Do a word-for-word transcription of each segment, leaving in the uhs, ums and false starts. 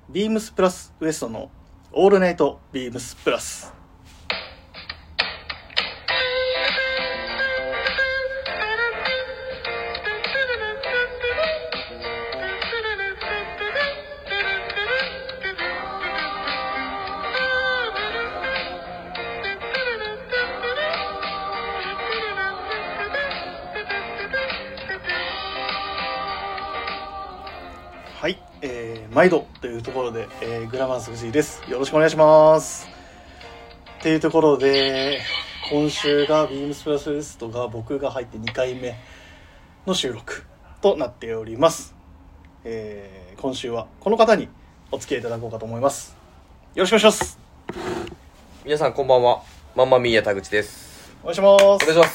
ビームスプラスウエストのオールナイトビームスプラス。はい、えー、毎度というところで、えー、グラマラス藤井です。よろしくお願いします。というところで、今週がビームスプラスウエストが僕が入ってにかいめの収録となっております。えー、今週はこの方にお付き合いいただこうかと思います。よろしくお願いします。 皆さんこんばんは。マンマミーヤ田口です。 お願いします。 お願いします。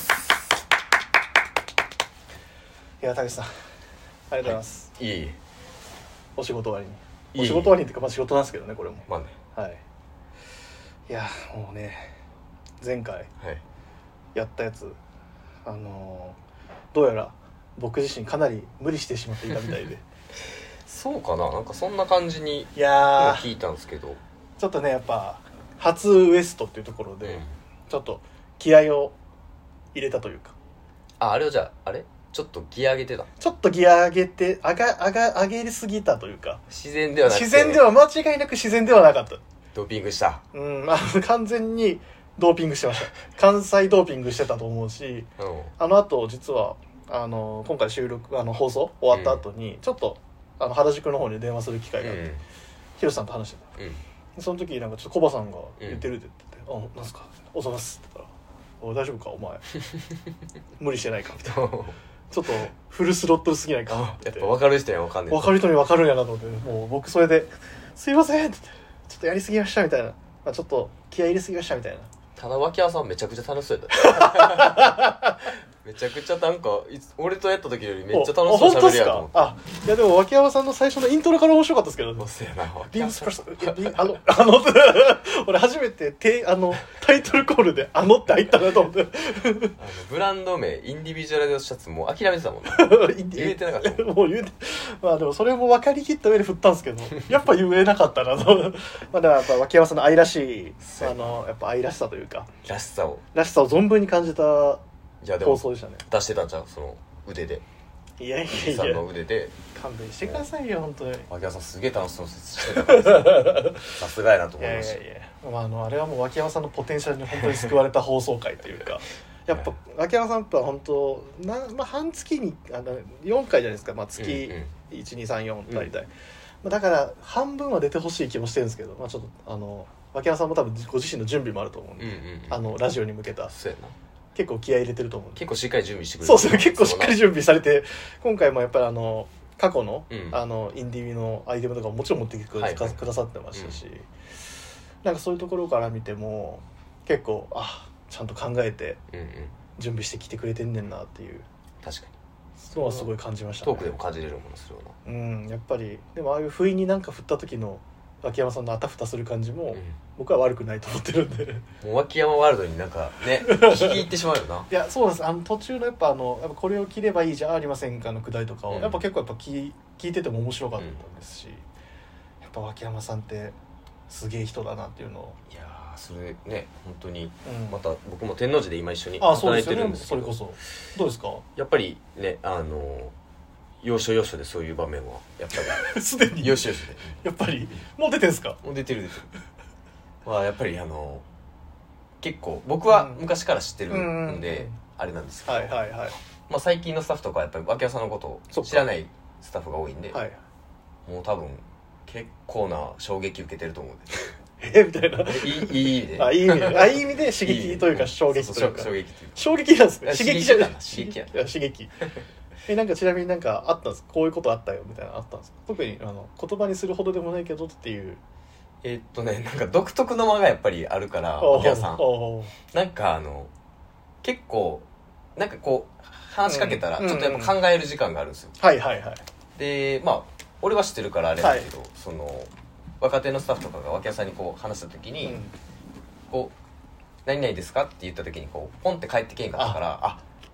いや、田口さん、ありがとうございます。 はい、いえいえ。 お仕事終わりに。 いいお仕事終わりにっていうか、まあ仕事なんですけどね、これも。 まあね。 はい。いや、もうね、前回やったやつ、はい、あのー、どうやら僕自身かなり無理してしまっていたみたいで。 そうかな、なんかそんな感じにいや聞いたんですけど、 ちょっとね、やっぱ初ウエストっていうところで、うん、ちょっと気合を入れたというか。 あ、あれをじゃああれちょっとギア上げてた。 ちょっとギア上げて上が上が上げすぎたというか。 自然ではなくて。 自然では間違いなく自然ではなかった。 ドーピングした。 うん、まあ完全にドーピングしてました。関西ドーピングしてたと思うし、うん、あの後実はあの今回収録あの放送終わった後に、うん、ちょっとあの原宿の方に電話する機会があって、うん、ヒロさんと話してた。うん、その時なんかちょっとコバさんが言ってるって言ってて、うん、あ、なんすか、おざますって言ったら、お大丈夫かお前無理してないかみたいな。ちょっとフルスロットルすぎないかって。 やっぱ分かる人には分かんない。 分かる人に分かるんやなと思って、もう僕それですいませんってちょっとやりすぎましたみたいな、まあ、ちょっと気合い入れすぎましたみたいな。 ただ脇山さんめちゃくちゃ楽しそうやっためちゃくちゃなんかいつ俺とやった時よりめっちゃ楽しそうに喋るやと思って。 あ、いやでも脇山さんの最初のイントロから面白かったですけどね。 そうやな、 ビームスプラスあのあの俺初めててあのタイトルコールであのって入ったなと思ってあのブランド名インディビジュアルシャツもう諦めてたもんな言えてなかったもん。 もう言うて、まあでもそれも分かりきった上で振ったんですけどやっぱ言えなかったなとまあでもやっぱ脇山さんの愛らしい、あのやっぱ愛らしさというか、 らしさをらしさを存分に感じた放送でしたね。 出してたんちゃう、その腕で。 いやいやいや、 さんの腕で勘弁してくださいよ本当に。 脇山さんすげえ楽しそうにしてたからさすがやなと思いました。 いやいやいや、まあ、あのあれはもう脇山さんのポテンシャルに本当に救われた放送回というかやっぱ脇山さんは本当な、まあ、半月にあのよんかいじゃないですか、まあ、月いちにさんよん大体、うん、まあ、だから半分は出てほしい気もしてるんですけど、まあ、ちょっとあの脇山さんも多分ご自身の準備もあると思うんで、うんうんうん、あのラジオに向けた。 そうやな、 結構気合い入れてると思う。 結構しっかり準備してくれる。 そうそう、結構しっかり準備されて、今回もやっぱりあの過去の、うん、あのインディビのアイテムとかももちろん持ってきてくだ、はいはい、くださってましたし、うん、なんかそういうところから見ても結構あちゃんと考えて準備してきてくれてんねんなっていう、 確かにのはすごい感じましたね。 トークでも感じれるものするよな。 うん、やっぱりでもああいう不意になんか振った時の脇山さんのあたふたする感じも、うん、僕は悪くないと思ってるんでもう脇山ワールドになんかね聞き入ってしまうよな。いやそうです、あの途中のやっぱあのやっぱこれを切ればいいじゃありませんかのくだりとかを、うん、やっぱ結構やっぱ聞, 聞いてても面白かったんですし、うん、やっぱ脇山さんってすげえ人だなっていうのを。 いやそれね本当に、うん、また僕も天王寺で今一緒に働いてるんですけど、 あ、そうですよね、それこそどうですか。 やっぱりね、あの要所要所でそういう場面はやっぱりすでに要所要所でやっぱりもう出てんすか。 もう出てる出てるまあやっぱりあの結構僕は昔から知ってるんで、うん、あれなんですけど、 はいはいはい、 まあ、最近のスタッフとかやっぱり脇山さんのことを知らないスタッフが多いんで、はい、もう多分結構な衝撃受けてると思うんでえみたいな。いいいい意味で。 あ、いい意味で。あ、いい意味で刺激というか衝撃というか。 衝撃というか。 衝撃なんですね。刺激じゃない。 刺激や。 いや刺激。え、なんかちなみになんかあったんですか。こういうことあったよみたいなのあったんですか。特にあの言葉にするほどでもないけどっていう。 えー、っとね、なんか独特の間がやっぱりあるからお客さん。なんかあの結構なんかこう話しかけたらちょっとやっぱ考える時間があるんですよ。 はいはいはい。 で、まあ俺は知ってるからあれだけど、はい、その。若手のスタッフとかが脇屋さんにこう話した時に、うん、こう何々ですかって言った時にこうポンって帰ってけんかったから、あ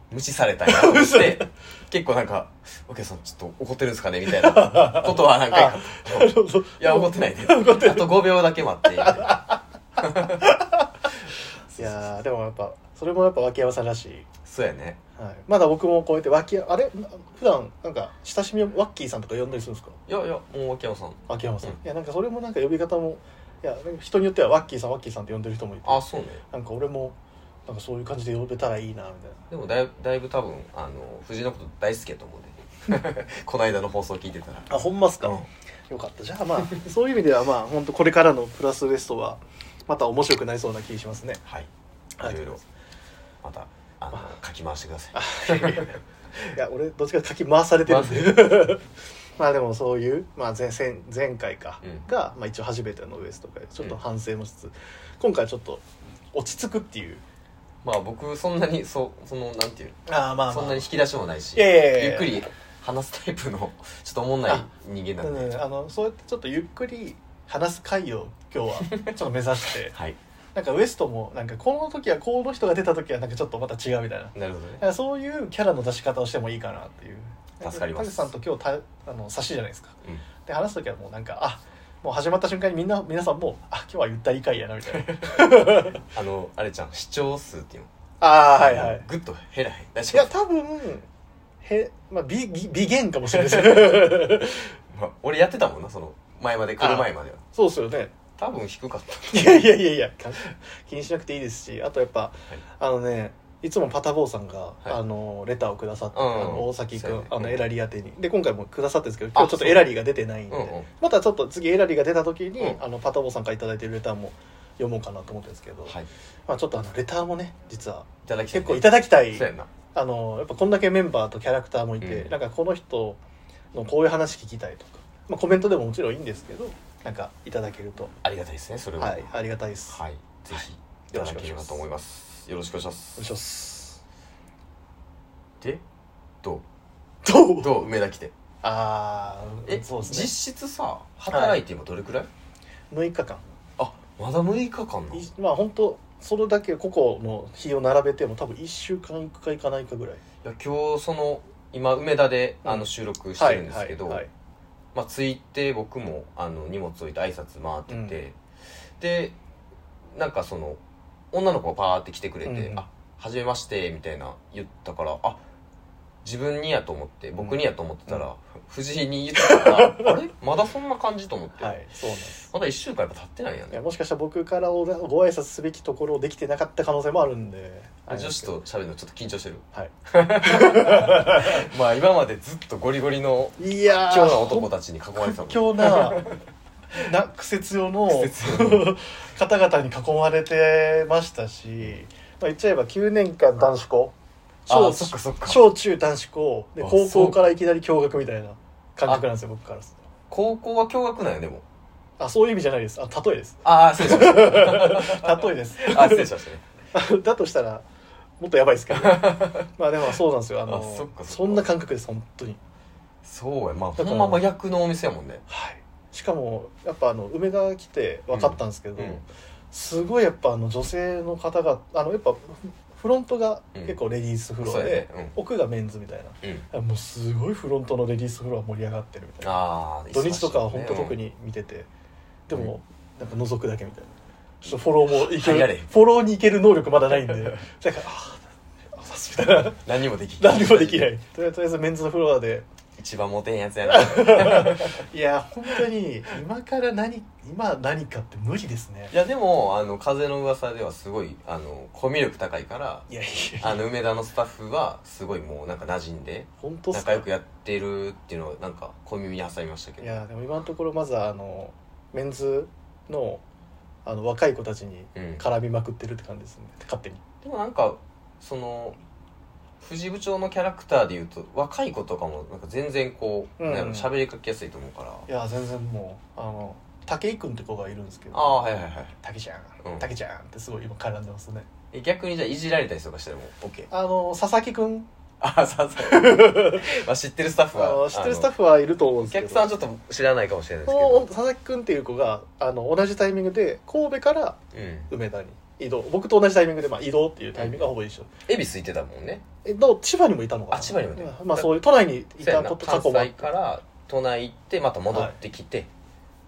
無視されたんやと思って結構なんか「オケさんちょっと怒ってるんですかね」みたいなことは何回かいや怒ってないであとごびょうだけ待っていやーでもやっぱそれもやっぱ脇山さんらしい。 そうやね、 はい、まだ僕もこうやって脇あれ普段なんか親しみをワッキーさんとか呼んだりするんですか？ いやいやもう脇山さん脇山さん、 うん、 いやなんかそれもなんか呼び方もいや人によってはワッキーさんワッキーさんって呼んでる人もいて、 あそうね、 なんか俺もなんかそういう感じで呼べたらいいなみたいな。 でもだいぶだいぶ多分あの藤井のこと大好きやと思うんでこの間の放送聞いてたらあほんまっすか、うん、よかった。じゃあまあそういう意味ではまあ本当これからのプラスウエストはまた面白くなりそうな気しますね。 はい、いろいろまたあの書き回してください。 いや俺どっちか書き回されてるんでまあでもそういう、まあ、前, 前回か、うん、が、まあ、一応初めてのウエストでちょっと反省もしつつ、うん、今回ちょっと落ち着くっていう。 まあ僕そんなにそうそのなんていうあ、まあまあ、 そんなに引き出しもないし、 いやいやいやゆっくり話すタイプのちょっとおもんない人間なんで、 うん、あのそうやってちょっとゆっくり話す回を今日はちょっと目指して、 はい、 なんかウエストもなんかこの時はこの人が出た時はなんかちょっとまた違うみたいな、 なるほどね、 そういうキャラの出し方をしてもいいかなっていう。 助かります。 タクさんと今日たあの差しじゃないですか、 うん、 で話す時はもうなんかあもう始まった瞬間にみんな皆さんもあ今日はゆったり回やなみたいなあのあれちゃん視聴数っていうのああはいはいグッと減らへん。 いや多分へ、まあ、美, 美減かもしれないです、 まあ、俺やってたもんなその前まで来る前までは。 そうですよね。 多分低かった。 いやいやいやいや気にしなくていいですし、あとやっぱ、はい、あのねいつもパタボーさんが、はい、あのレターをくださって、うん、あの大崎くん、ね、あのエラリー宛てにで今回もくださってるんですけど今日ちょっとエラリーが出てないんで、うんうん、またちょっと次エラリーが出た時に、うん、あのパタボーさんからいただいてるレターも読もうかなと思ってるんですけど、はい、まあ、ちょっとあのレターもね実は結構いただきたい。 そうやな。 あのやっぱこんだけメンバーとキャラクターもいて、うん、なんかこの人のこういう話聞きたいとか、まあ、コメントでももちろんいいんですけどなんかいただけるとありがたいですね。それははいありがたいです。 はいぜひいただければと思います。よろしくお願いします。 お願いします。 でどうどうどう梅田来てああえそうですね。実質さ働いて今どれくらい、はい、 むいかかん。 あまだむいかかんの。 まあ本当それだけ個々の日を並べても多分いっしゅうかん行くか行かないかぐらい。いや今日その今梅田であの収録してるんですけど、うんはいはいはい、まあ着いて僕もあの荷物置いて挨拶回ってて、うん、でなんかその女の子がパーって来てくれて、うん、あはじめましてみたいな言ったからあ自分にやと思って僕にやと思ってたら、うん、藤井に言ったからあれまだそんな感じと思って、 はい、そうなんです。 まだいっしゅうかんやっぱ経ってないやね。 いやもしかしたら僕からご挨拶すべきところをできてなかった可能性もあるんで、 女子と喋るのちょっと緊張してる。 はいまあ今までずっとゴリゴリのいや屈強な男たちに囲まれてたもん。 屈強なな苦節用の方々に囲まれてましたし、まあ、言っちゃえばきゅうねんかん男子校小, そっかそっか小中男子校で高校からいきなり共学みたいな感覚なんですよ僕からすると。 高校は共学なんや。でもあそういう意味じゃないです。あ例えです。 あ失礼しました例えですあ失礼しましたねだとしたらもっとやばいですけどまあでもそうなんですよ。あのあそっかそっかそんな感覚です本当に。 そうやまあほんま真逆のお店やもんね。 はい。しかもやっぱあの梅田来て分かったんですけど、うんうん、すごいやっぱあの女性の方があのやっぱフロントが結構レディースフロアで、うんねうん、奥がメンズみたいな、うん、もうすごいフロントのレディースフロア盛り上がってるみたいな。あ土日とかは本当特に見てて、うん、でもなんか覗くだけみたいな。ちょっとフォローもいけるフォローに行ける能力まだないんでだからああみたいな何もできない何もできないとりあえずメンズのフロアで一番モテんやつやないや本当に今から何今何かって無理ですね。 いやでもあの風の噂ではすごいあのコミュ力高いからいやいやいやあの梅田のスタッフはすごいもうなんか馴染んで本当仲良くやってるっていうのをなんか小耳に挟みましたけど。 いやでも今のところまずはあのメンズのあの若い子たちに絡みまくってるって感じですね、うん、勝手に。 でもなんかその藤井部長のキャラクターでいうと若い子とかもなんか全然こう、うん、なんか喋りかけやすいと思うから。 いや全然もうあの武井くんって子がいるんですけど、 ああはいはいはい武ちゃん武ちゃんってすごい今絡んでますね。 え逆にじゃあいじられたりとかしても OK。 あの佐々木くんあ佐々木まあ知ってるスタッフは知ってるスタッフはいると思うんですけどお客さんはちょっと知らないかもしれないですけど佐々木くんっていう子があの同じタイミングで神戸から梅田に移動僕と同じタイミングで、まあ、移動っていうタイミングがほぼ一緒、 恵比寿行ってたもんね。 えっと千葉にもいたのかな。 あ千葉にもいた、 まあそういう都内にいたこと過去も関西から都内行ってまた戻ってきて、はい、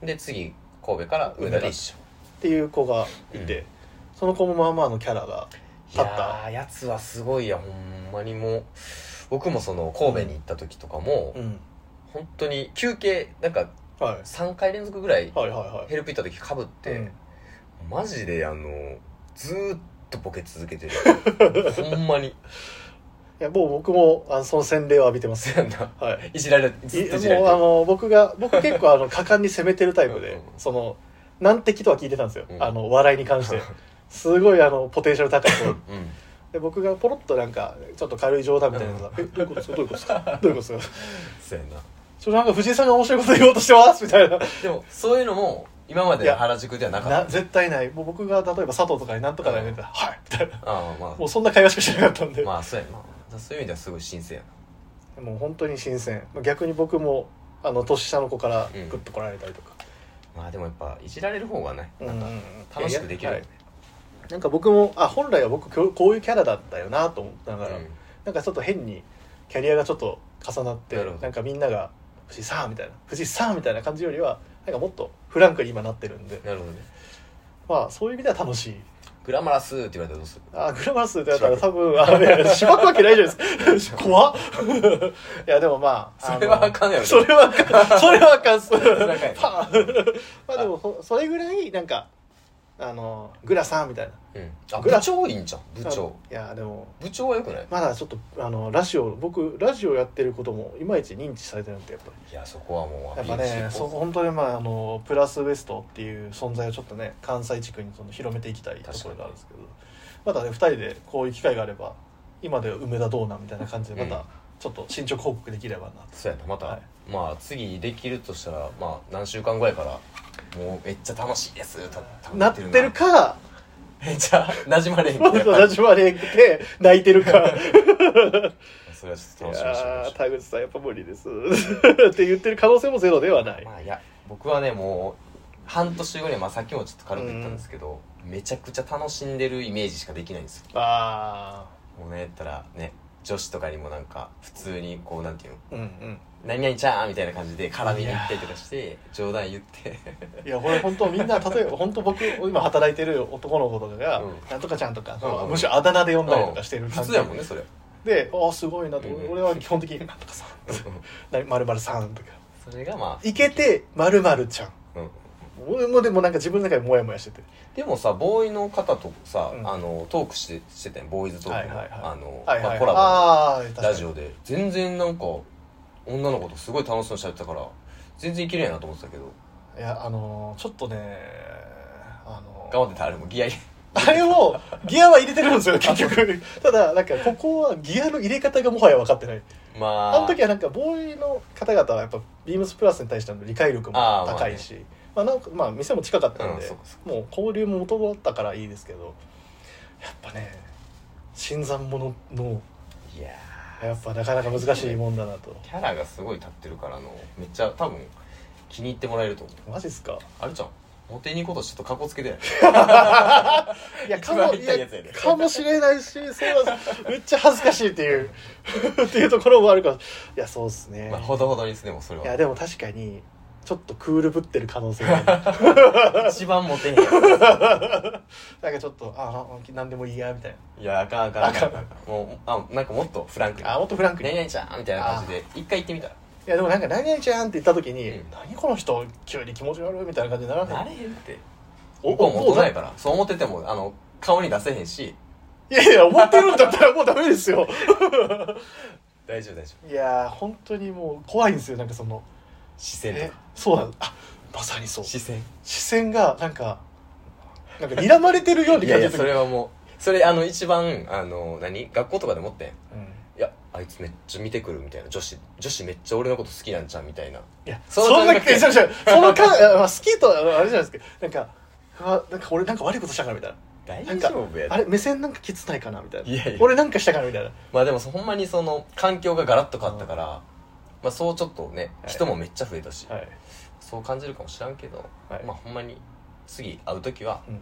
で次神戸から上田で一緒っていう子がいて、うん、その子もまあまあのキャラが立った。 いやーやつはすごいやほんまに。もう僕もその神戸に行った時とかも、うん、本当に休憩なんかさんかい連続ぐらいヘルプ行った時かぶって、はいはいはい、マジであのずーっとボケ続けてるほんまに。いやもう僕もあのその洗礼を浴びてますよはい、いじられずっといじられてもうあの僕が僕結構あの果敢に攻めてるタイプでうん、その難敵とは聞いてたんですよ、うん、あの笑いに関してすごいあのポテンシャル高い子、うん、で僕がポロッとなんかちょっと軽い冗談みたいなのが「えどういうことですかどういうことですかどういうことですか?」 そうやなちょっとなんか藤井さんが面白いこと言おうとしてますみたいな。 でもそういうのも今までの原宿ではなかった。 な絶対ない。もう僕が例えば佐藤とかに何とかだよねってはいみたいな。あ、まあ、もうそんな会話しかしなかったんで。 まあそうやな。そういう意味ではすごい新鮮やな。もう本当に新鮮。逆に僕もあの年下の子からグッと来られたりとか、 うん、まあでもやっぱいじられる方がねなんか楽しくできるよね、 はい、なんか僕もあ本来は僕こういうキャラだったよなと思ったから、うん、なんかちょっと変にキャリアがちょっと重なってなんかみんなが藤井さんみたいな藤井さんみたいな感じよりはなんかもっとフランクに今なってるんで。 なるほどね。 まあそういう意味では楽しい。 グラマラスって言われたらどうする？ あグラマラスって言われたら多分あれしばくわけないじゃないですか怖っいやでもまあそれはあかんやろ。 それはあかんそれはあかんっすまあでもそれぐらいなんかあのグラさんみたいな、 うん、あ部長いいんじゃん部長。 いやでも部長はよくない？ まだちょっとあのラジオ僕ラジオやってることもいまいち認知されてるんでやっぱり。 いやそこはもうやっぱねそ本当にまああのプラスウエストっていう存在をちょっとね関西地区にその広めていきたいところがあるんですけど、またねふたりでこういう機会があれば今では梅田どうなんみたいな感じでまたちょっと進捗報告できればなと、うん、 そうやなまた、はい、まあ次できるとしたらまあ何週間後やからもうめっちゃ楽しいですなってるかめっちゃなじまれへんけどなじまれへんくて泣いてるかそれはちょっと楽しみにしてました。 田口さんやっぱ無理ですって言ってる可能性もゼロではない。 まあいや僕はねもう半年後に、まあ、さっきもちょっと軽く言ったんですけど、うん、めちゃくちゃ楽しんでるイメージしかできないんですよ。ああもうねやったらね女子とかにもなんか普通にこうなんていうの、うんうん、何々ちゃんみたいな感じで絡みに行ったりとかして冗談言っていやこれ本当みんな例えば本当僕今働いてる男の子とかが、うん、なんとかちゃんとか、うん、むしろあだ名で呼んだりとかしてる感じ、 うん、普通やもんねそれでああすごいなと、うん、俺は基本的になんとかさんまるまるさんとかそれがまあいけてまるまるちゃん、うん俺もでもなんか自分の中でモヤモヤしててでもさボーイの方とさ、うん、あのトークしてしてたよボーイズトークの、はいはいはい、あの、はいはいはいまあ、コラボのラジオで全然なんか女の子とすごい楽しそうにしゃべってたから全然いけるやなと思ってたけどいやあのー、ちょっとねあのー、頑張ってたあれもギア入れあれもギアは入れてるんですよ結局ただなんかここはギアの入れ方がもはや分かってないまああの時はなんかボーイの方々はやっぱビームスプラスに対しての理解力も高いしまあなんかまあ店も近かったんで、うん、もう交流も元々あったからいいですけどやっぱね新参者のいややっぱなかなか難しいもんだなとキャラがすごい立ってるからのめっちゃ多分気に入ってもらえると思う。 マジっすか。 あれじゃんモテに行こうとちょっとカッコつけていやかもいやかもしれないしそうめっちゃ恥ずかしいっていうっていうところもあるからいやそうっすね、 まあ、ほどほどにですねもそれはいやでも確かにちょっとクールぶってる可能性が一番モテへんやつなんかちょっとあ何でもいいやみたいないやあかんあかんあかんもうあなんかもっとフランクにあもっとフランクに何々ちゃんみたいな感じで一回言ってみたらいやでもなんか何々ちゃんって言った時に、うん、何この人急に気持ち悪いみたいな感じにならないなれへんって向こうも大人やからそう思っててもあの顔に出せへんしいやいや思ってるんだったらもうダメですよ大丈夫大丈夫いやー本当にもう怖いんですよなんかその視線とかそうなんあまさにそう視線視線がなんかなんか睨まれてるように感じるいやいやそれはもうそれあの一番あの何学校とかで持ってん、うん、いやあいつめっちゃ見てくるみたいな女子女子めっちゃ俺のこと好きなんちゃうみたいないやそんなそのそのかまあ好きとあれじゃないですかなんかなんか俺なんか悪いことしたからみたいな大丈夫やあれ目線なんかきつないかなみたいないやいや俺なんかしたからみたいなまあでもほんまにその環境がガラッと変わったから、うんまあ、そうちょっとね、はい、人もめっちゃ増えたし、はい、そう感じるかもしらんけど、はい、まあほんまに次会う時は、うん、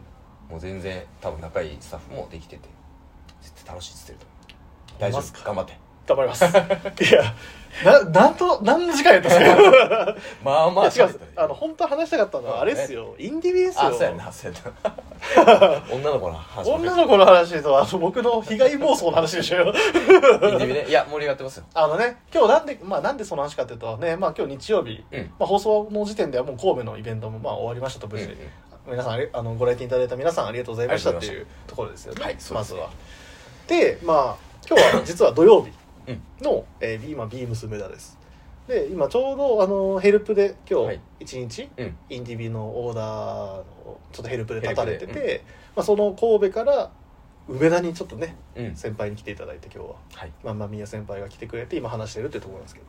もう全然多分仲いいスタッフもできてて絶対楽しいっつってると大丈夫頑張って頑張りますいやななんと何の時間やったんですかまあまあ違うあの本当は話したかったのはあれですよ、インディビですよ。 あそうやなそうやな女の子の話女の子の話とあの僕の被害妄想の話でしょよインディビねいや盛り上がってますよ。 あのね今日なんでまあなんでその話かっていうとねまあ今日日曜日、うんまあ、放送の時点ではもう神戸のイベントもまあ終わりましたと無事、うんうん、皆さんあのご来店いただいた皆さんありがとうございましたっていうところですよね、はい、まずは。でまあ今日は実は土曜日の、うんえー、今ビームス梅田です。で今ちょうどあのヘルプで今日一日、はいうん、インディビのオーダーをちょっとヘルプで立たれてて、うんまあ、その神戸から梅田にちょっとね、うん、先輩に来ていただいて今日は、はい、マンマミヤ先輩が来てくれて今話してるっていうところなんですけど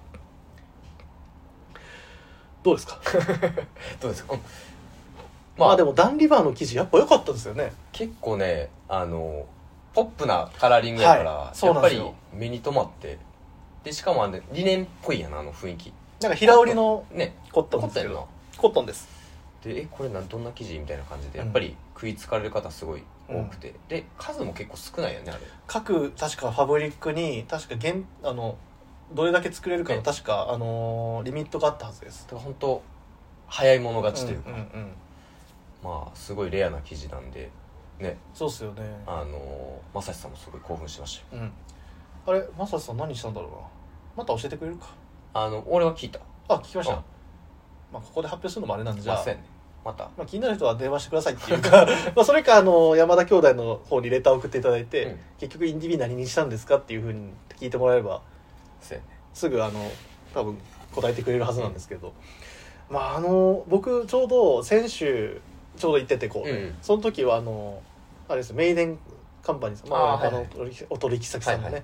どうですかどうですか、うんまあ、まあでもダンリバーの生地やっぱ良かったですよね。 結構ねあのポップなカラーリングやから、はい、やっぱり目に留まってでしかもあのリネンっぽいやなあの雰囲気なんか平織りのねコットンですけどコットンですでえこれどんな生地みたいな感じでやっぱり食いつかれる方すごい多くて、うん、で数も結構少ないよねあれ各確かファブリックに確か現あのどれだけ作れるかの確か、あのー、リミットがあったはずです。 だから本当早い者勝ちというか、うんうんうん、まあすごいレアな生地なんでねそうっすよね。 あのまさしさんもすごい興奮してましたよ、うん、 あれまさしさん何したんだろうなまた教えてくれるか。 あの俺は聞いた。 あ聞きました、うんまあ、ここで発表するのもあれなんでじゃあ、 まあね、また、 まあ、気になる人は電話してくださいっていうかまあそれかあの山田兄弟の方にレターを送っていただいて、うん、結局インディビ何にしたんですかっていうふうに聞いてもらえればそう、ね、 すぐあの多分答えてくれるはずなんですけど、うん、まああの僕ちょうど先週ちょうど行っててこう、うん、その時はあのあれですメイデンカンパニーさん、まあ、あ、はいはい、あのお取引先さんのね、はいはい、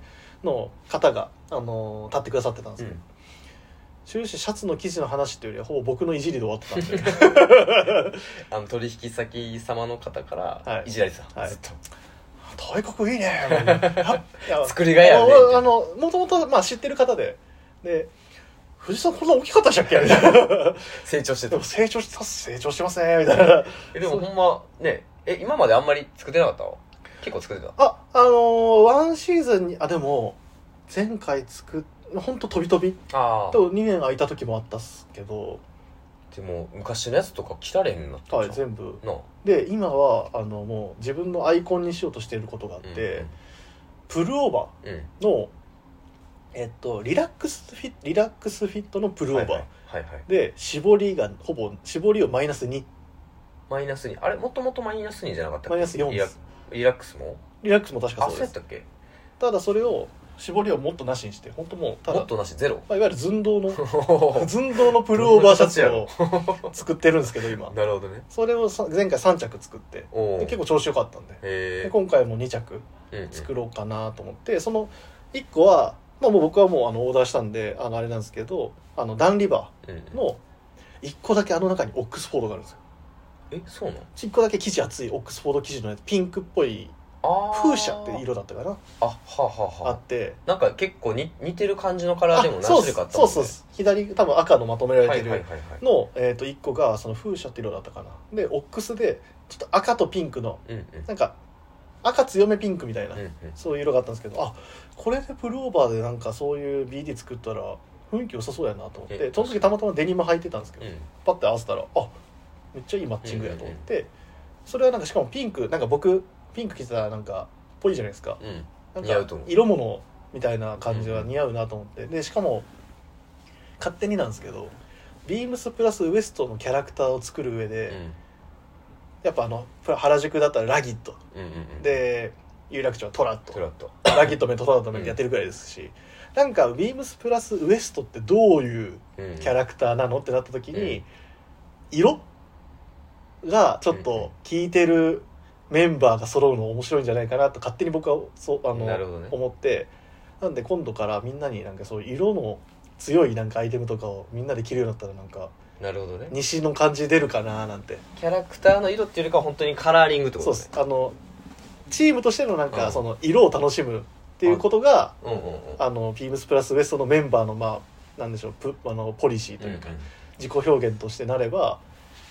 の方があの立ってくださってたんですけど、うん終始シャツの生地の話っていうよりはほぼ僕のいじりで終わってたんであの取引先様の方からいじられてた、はい、ずっと体格いいね作りがいあるねあのもともとまあ知ってる方でで藤さんこんな大きかったでしたっけみたいな成長してた成長して成長してますねみたいなえでもほんまねえ今まであんまり作ってなかった結構作ってたああのー、ワンシーズンにあでも前回作ってほんと飛び飛びあとにねん空いた時もあったっすけどでも昔のやつとか着られへんなったはい全部で今はあのもう自分のアイコンにしようとしていることがあって、うんうん、プルオーバーの、うん、えっとリラックスフィットリラックスフィットのプルオーバー、はいはいはいはい、で絞りがほぼ絞りをマイナスにマイナスにあれもともとマイナスにじゃなかったっけマイナスよんですリラックスもリラックスも確かそうですあそうやったっけただそれを絞りをもっとなしにして本当もうただもっとなしゼロ、 まあ、いわゆる寸胴の寸胴のプルオーバーシャツを作ってるんですけど今なるほどねそれを前回さん着作ってで結構調子良かったん で, で今回もに着作ろうかなと思って、うんうん、そのいっこは、まあ、もう僕はもうあのオーダーしたんであのあれなんですけどあのダンリバーのいっこだけあの中にオックスフォードがあるんですよ。 えそうなのいっこだけ生地厚いオックスフォード生地のやつピンクっぽい風車って色だったかなあはあはあはああってなんか結構に似てる感じのカラーでも何種類かあったもんね。 そうそうそう左多分赤のまとめられてるのえっといっこがその風車って色だったかなでオックスでちょっと赤とピンクの、うんうん、なんか赤強めピンクみたいな、うんうん、そういう色があったんですけどあこれでプルオーバーでなんかそういう ビーディー 作ったら雰囲気良さそうやなと思ってその時たまたまデニム履いてたんですけど、うん、パッて合わせたらあめっちゃいいマッチングやと思って、うんうんうん、それはなんかしかもピンクなんか僕ピンク着てたらなんかぽいじゃないですか、うん、なんか色物みたいな感じは似合うなと思って、うん、でしかも勝手になんですけどビームスプラスウエストのキャラクターを作る上で、うん、やっぱあの原宿だったらラギット、うんうんうん、で有楽町はトラット、トラットラギットメンとトラットメンやってるぐらいですし、うん、なんかビームスプラスウエストってどういうキャラクターなのってなった時に、うん、色がちょっと効いてるメンバーが揃うの面白いんじゃないかなと勝手に僕はそうあの、ね、思ってなんで今度からみんなになんかそういう色の強いなんかアイテムとかをみんなで着るようになったらなんかなるほどね西の感じ出るかななんてキャラクターの色っていうよりかは本当にカラーリングってことね。 そうですあのチームとしてのなんかその色を楽しむっていうことが、うんうんうんうん、あのビームスプラスウエストのメンバーのまあなんでしょうプあのポリシーというか、うんうん、自己表現としてなれば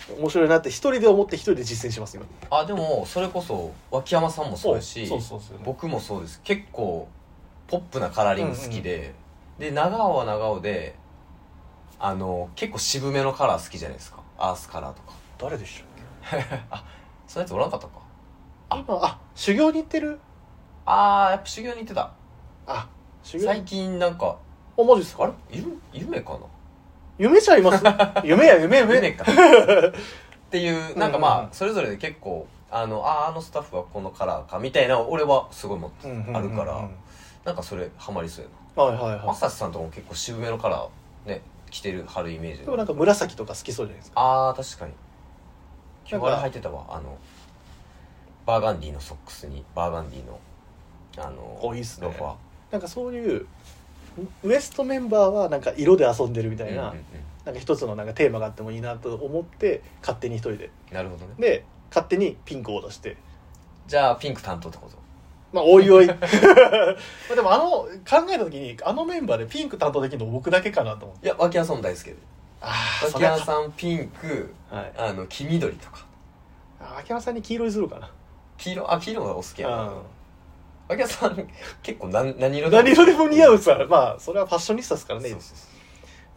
面白いなって一人で思って一人で実践します今。 あでもそれこそ脇山さんもそうやし、 そうそうそうそう、ね、 僕もそうです。結構ポップなカラーリング好きで、うんうん、で長尾は長尾であの結構渋めのカラー好きじゃないですか。アースカラーとか。 誰でしたっけあ、そのやつおらんかったか。 あ今あ修行に行ってる。 あーやっぱ修行に行ってた。 あ修行最近なんかあマジっすか。 あれ夢かな。 夢ちゃいます夢や夢夢夢かっていうなんかまあ、うんうん、それぞれで結構あのああのスタッフはこのカラーかみたいな俺はすごい持って、うんうんうんうん、あるからなんかそれハマりそうやな。はいはいはい。朝日さんとかも結構渋めのカラーね着てる春イメージでもなんか紫とか好きそうじゃないですか。 あー確かに。今日あれ履いてたわ。あのバーガンディのソックスにバーガンディのあのいいっすね、 ロファー。 なんかそういうウエストメンバーはなんか色で遊んでるみたいな、うんうんうん、なんか一つのなんかテーマがあってもいいなと思って勝手に一人で。 なるほどね。 で勝手にピンクを出して。 じゃあピンク担当ってこと。 まあおいおいまあでもあの考えた時にあのメンバーでピンク担当できるの僕だけかなと思って。 いや脇山さんも大好きで。 あ脇山さんピンク、はい、あの黄緑とか。 あ脇山さんに黄色にするかな。 黄色あ黄色がお好きやな。脇山さん結構何何色でも何色でも似合うさ、うん、まあそれはファッショニスタですからね。そうそうそう。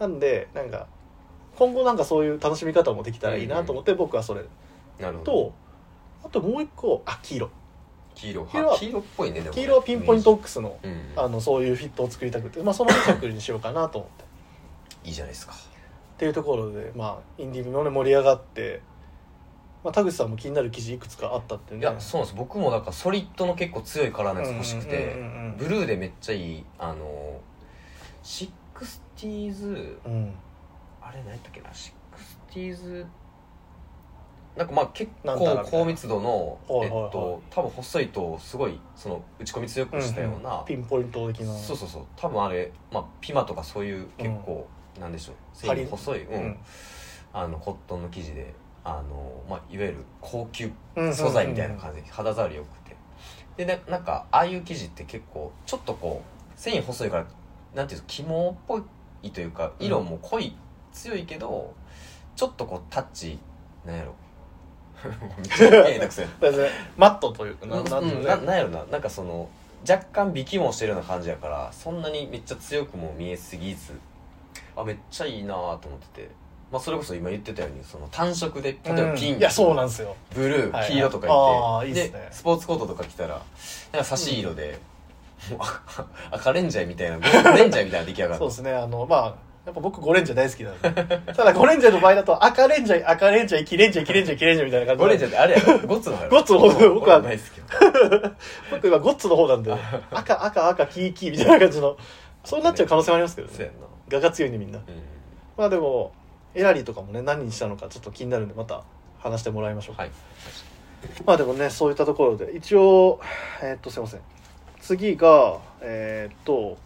なんでなんか今後なんかそういう楽しみ方もできたらいいなと思って、うんうん、僕はそれなるほどとあともう一個あ黄色黄色黄色は黄色っぽいね。でも黄色はピンポイントオックスの、うん、あのそういうフィットを作りたくて、まあ、そのに着にしようかなと思っていいじゃないですかっていうところで、まあ、インディーもね盛り上がって、まあ、田口さんも気になる記事いくつかあったってね。 いやそうなんです。僕もだからソリッドの結構強いカラーのやつ欲しくて、うんうんうんうん、ブルーでめっちゃいいあのシックスティーズ、うん、あれ何やったっけなシックスティーズなんかまあ結構高密度のえっと多分細いとすごいその打ち込み強くしたような、うんうん、 ピンポイント的な。 そうそうそう多分あれまあピマとかそういう結構、うん、なんでしょう繊維細い、うんうん、あのコットンの生地であのまあいわゆる高級素材みたいな感じで肌触り良くてでななんかああいう生地って結構ちょっとこう繊維細いからなんていうの肝っぽいというか色も濃い、うん、強いけどちょっとこうタッチなんやろめっちゃええなくせマットというか な,、 うん、なん, な, なんやろななんかその若干微気もしてるような感じやからそんなにめっちゃ強くも見えすぎずあめっちゃいいなと思ってて、まあ、それこそ今言ってたようにその単色で例えばピンク、うん、いやそうなんですよブルー、はいはい、黄色とか言って、いいで、ね、スポーツコートとか着たらなんか差し色で、うん、もう赤レンジャーみたいなゴレンジャーみたいな出来上がるそうですねあのまあやっぱ僕ゴレンジャー大好きなのでただゴレンジャーの場合だと赤レンジャー赤レンジャー黄レンジャー黄レンジャー黄レンジャーみたいな感じゴレンジャーってあれやろゴッツの方やろゴッツの方僕は大好き僕今ゴッツの方なんで赤赤赤黄黄みたいな感じのそうなっちゃう可能性もありますけどね。そうやんな画が強いねみんな、うん、まあでもエラリーとかもね何にしたのかちょっと気になるんでまた話してもらいましょう。はいまあでもねそういったところで一応えー、っとすいません次がえー、っと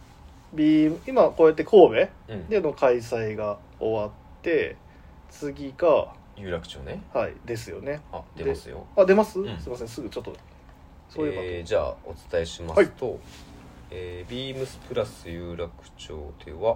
B 今こうやって神戸での開催が終わって、うん、次が有楽町ねはいですよね。 あ出ますよ。 あ出ます、うん、すいませんすぐちょっとそういう、えー、じゃあお伝えしますと、はいえー、ビームスプラス有楽町ではちょっと待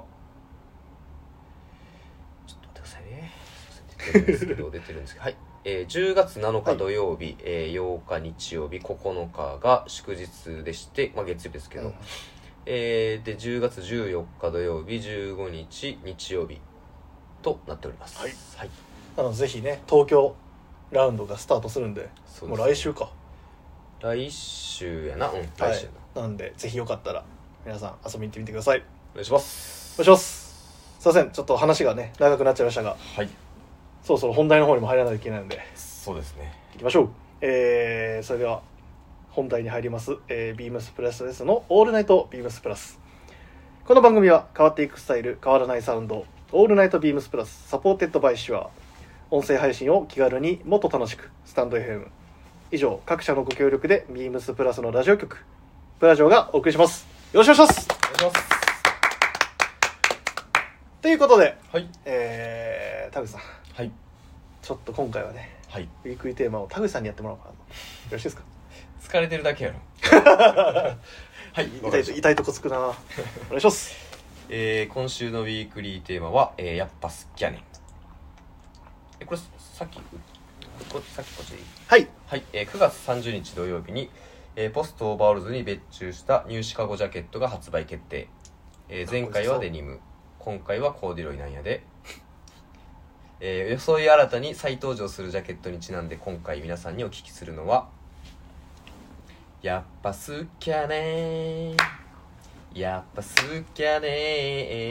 ってくださいね出てるんですけど出てるんですけどはいえー、じゅうがつなのか土曜日、はいえー、ようか日曜日ここのかが祝日でして、まあ、月曜日ですけど、うんえー、でじゅうがつじゅうよっか土曜日じゅうごにち日曜日となっております。はい。はい、 なのでぜひね東京ラウンドがスタートするんで、そうですね、もう来週か。 来週やな。うん。来週やな。はい、なんでぜひよかったら皆さん遊びに行ってみてください。 お願いします。 お願いします。すいませんちょっと話がね長くなっちゃいましたが、はい。そろそろ本題の方にも入らないといけないので。 そうですね。 行きましょう。えー、それでは。本題に入ります、えー、ビームスプラス S のオールナイトビームスプラス。この番組は変わっていくスタイル変わらないサウンドオールナイトビームスプラスサポーテッドバイシュア。音声配信を気軽にもっと楽しくスタンド エフエム 以上各社のご協力でビームスプラスのラジオ局プラジオがお送りします。よろしくお願いします。 お願いしますということで、 はいえー、田口さん、 はい、 ちょっと今回はね、 はい、 ウィークリーテーマを田口さんにやってもらおうかなと。よろしいですか。 疲れてるだけやろはい痛いと痛いとこつくなお願いします、 えー、今週のウィークリーテーマは、えー、やっぱ好きやねん。 えこれさっきこさっきこっちでいい？ はい、 はい、えー、くがつさんじゅうにち土曜日に、えー、ポストオーバーオールズに別注したニューシカゴジャケットが発売決定、えー、前回はデニム、今回はコーデュロイなんやで、えー、装い新たに再登場するジャケットにちなんで今回皆さんにお聞きするのは、やっぱ好きやねやっぱ好きやね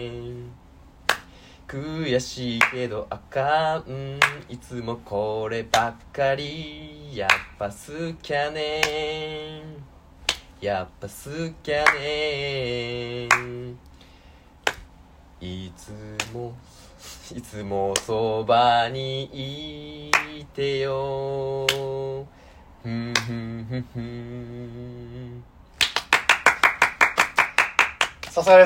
悔しいけどあかんいつもこればっかりやっぱ好きやねやっぱ好きやねいつもいつもそばにいてよふんふんふんふんさすがです。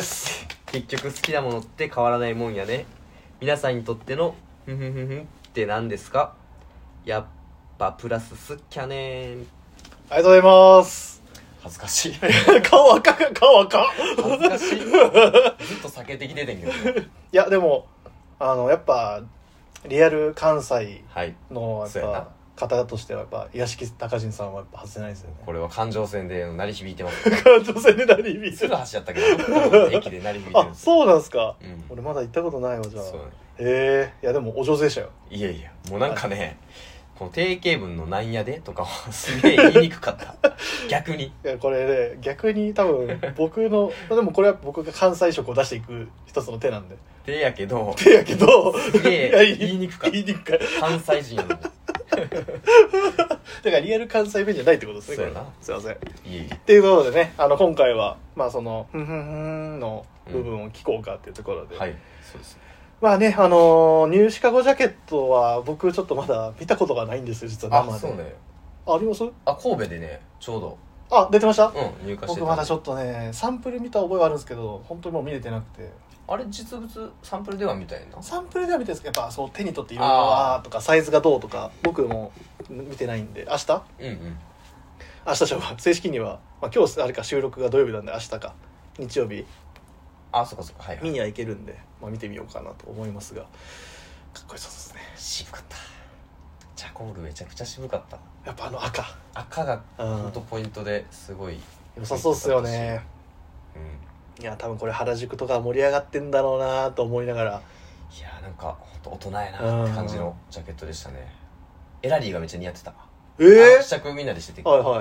結局好きなものって変わらないもんやね。皆さんにとってのふんふんふんふんって何ですか？やっぱプラスすっきゃねー。 ありがとうございます。 恥ずかしい顔赤か顔赤恥ずかしいずっと避けてきててんけどいやでもあのやっぱリアル関西のやっぱ、 はい方としてはやっぱ屋敷隆人さんはやっぱ外せないですよね。 これは環状線で鳴り響いてます、 ね、環状線で鳴り響いてる。 すぐ走っちゃったけど駅で鳴り響いてるんです。 あ、そうなんですか、うん、俺まだ行ったことないわじゃあ。そう、ね、ええー、いやでもお上手でしたよ。 いやいやもうなんかねこの定型文のなんやでとかはすげえ言いにくかった逆に。いやこれね逆に多分僕のでもこれは僕が関西色を出していく一つの手なんで手やけど手やけどすげえ言いにくかった。 言いにくかった関西人やのにだからリアル関西弁じゃないってことですね。 そうやな。 すいません。 いいっていうことでねあの今回はまあそのふんふんふんの部分を聞こうかっていうところで、 うん、はいそうですね。 まあねあのー、ニューシカゴジャケットは僕ちょっとまだ見たことがないんですよ実は生で。 あそうね。 あります？ あ神戸でねちょうどあ出てました？ うん入荷してた。 僕まだちょっとねサンプル見た覚えがあるんですけど本当にもう見れてなくて。 あれ実物サンプルでは見たいな。 サンプルでは見てるんですけどやっぱそう手に取っていろいろあーとかサイズがどうとか僕も見てないんで明日うんうん明日じゃ正式には、まあ、今日あれか収録が土曜日なんで明日か日曜日あそっかそっか、はいはい、 見には行けるんで、まあ、見てみようかなと思いますがかっこよさそうですね。 渋かったチャコールめちゃくちゃ渋かった。 やっぱあの赤赤がほんとポイントですごい良さそうっすよね。うん、いや多分これ原宿とか盛り上がってんだろうなと思いながら。 いやなんかほんと大人やなって感じのジャケットでしたね。エラリーがめっちゃ似合ってた。 えー、 試着みんなでしてて、 はいはい、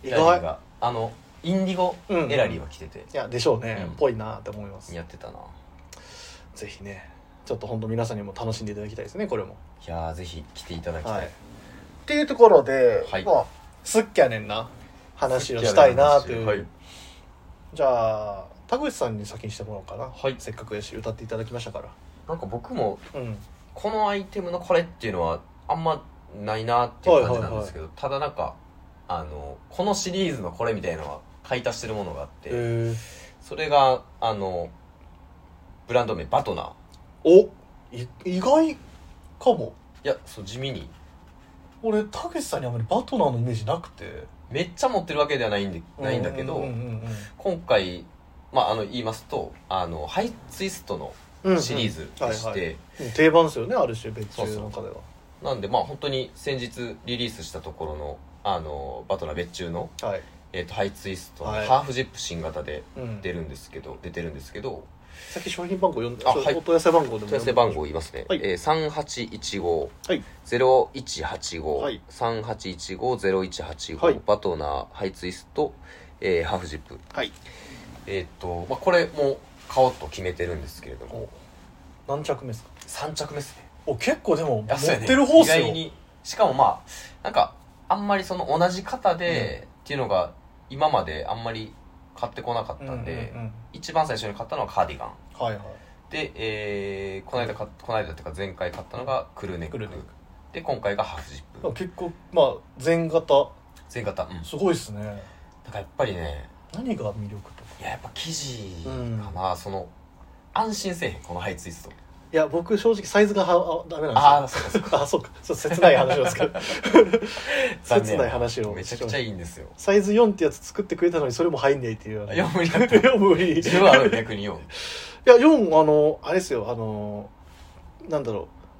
エラリーがあのインディゴエラリーは着てて、うん、 いやでしょうね、うん、ぽいなって思います。 似合ってたな。 ぜひねちょっと本当皆さんにも楽しんでいただきたいですねこれも。 いやぜひ着ていただきたい、はい、 っていうところで、 はい、 まあすっきゃねんな話をしたいなという、はい、じゃあ田口さんに先にしてもらおうかな、はい、せっかくやし歌っていただきましたから。 なんか僕も、うん、このアイテムのこれっていうのはあんまないなっていう感じなんですけど、はいはいはい、ただなんかあのこのシリーズのこれみたいなのは買い足してるものがあって、それがあのブランド名バトナー。 おい意外かも。 いやそう地味に俺田口さんにあまりバトナーのイメージなくて。 めっちゃ持ってるわけではないんでないんだけど、うんうんうんうん、今回まああの言いますとあのハイツイストのシリーズでして、うんうんはいはい、 定番ですよねある種別注の中では。そうそうなんでまあ本当に先日リリースしたところのあのバトナー別注の、はいえー、とハイツイストのハーフジップ新型で出るんですけど、はいうん、出てるんですけど、 さっき商品番号読んで、あ、はい、お問い合わせ番号でも問い合わせ番号言いますね、はいえー、さんはちいちご ゼロいちはちご、はい、さんはちいちご ゼロいちはちご、はい、バトナーハイツイスト、えー、ハーフジップ、はいえーっとまあ、これも買おうと決めてるんですけれども。 何着目ですか？ さん着目ですね。 お結構でも持ってる方っすよ、ね、意外に。 しかもまあなんかあんまりその同じ型で、うん、っていうのが今まであんまり買ってこなかったんで、うんうんうん、一番最初に買ったのはカーディガン、はいはい、で、えー、この間かこの間っていうか前回買ったのがクルーネック、クで今回がハーフジップ。 結構まあ全型全型、うん、 すごいっすね。 だからやっぱりね何が魅力とか。 いややっぱ生地かな、うん、その安心せえへんこのハイツイスト。 いや僕正直サイズがはダメなんですよ。 ああそうかそうかあそうかちょっと切ない話をですけど切ない話をめちゃくちゃいいんですよ。 サイズよんってやつ作ってくれたのにそれも入んねえっていう。 よん無理だったよん無理自分ある逆によん。いやよんあのあれですよあのなんだろ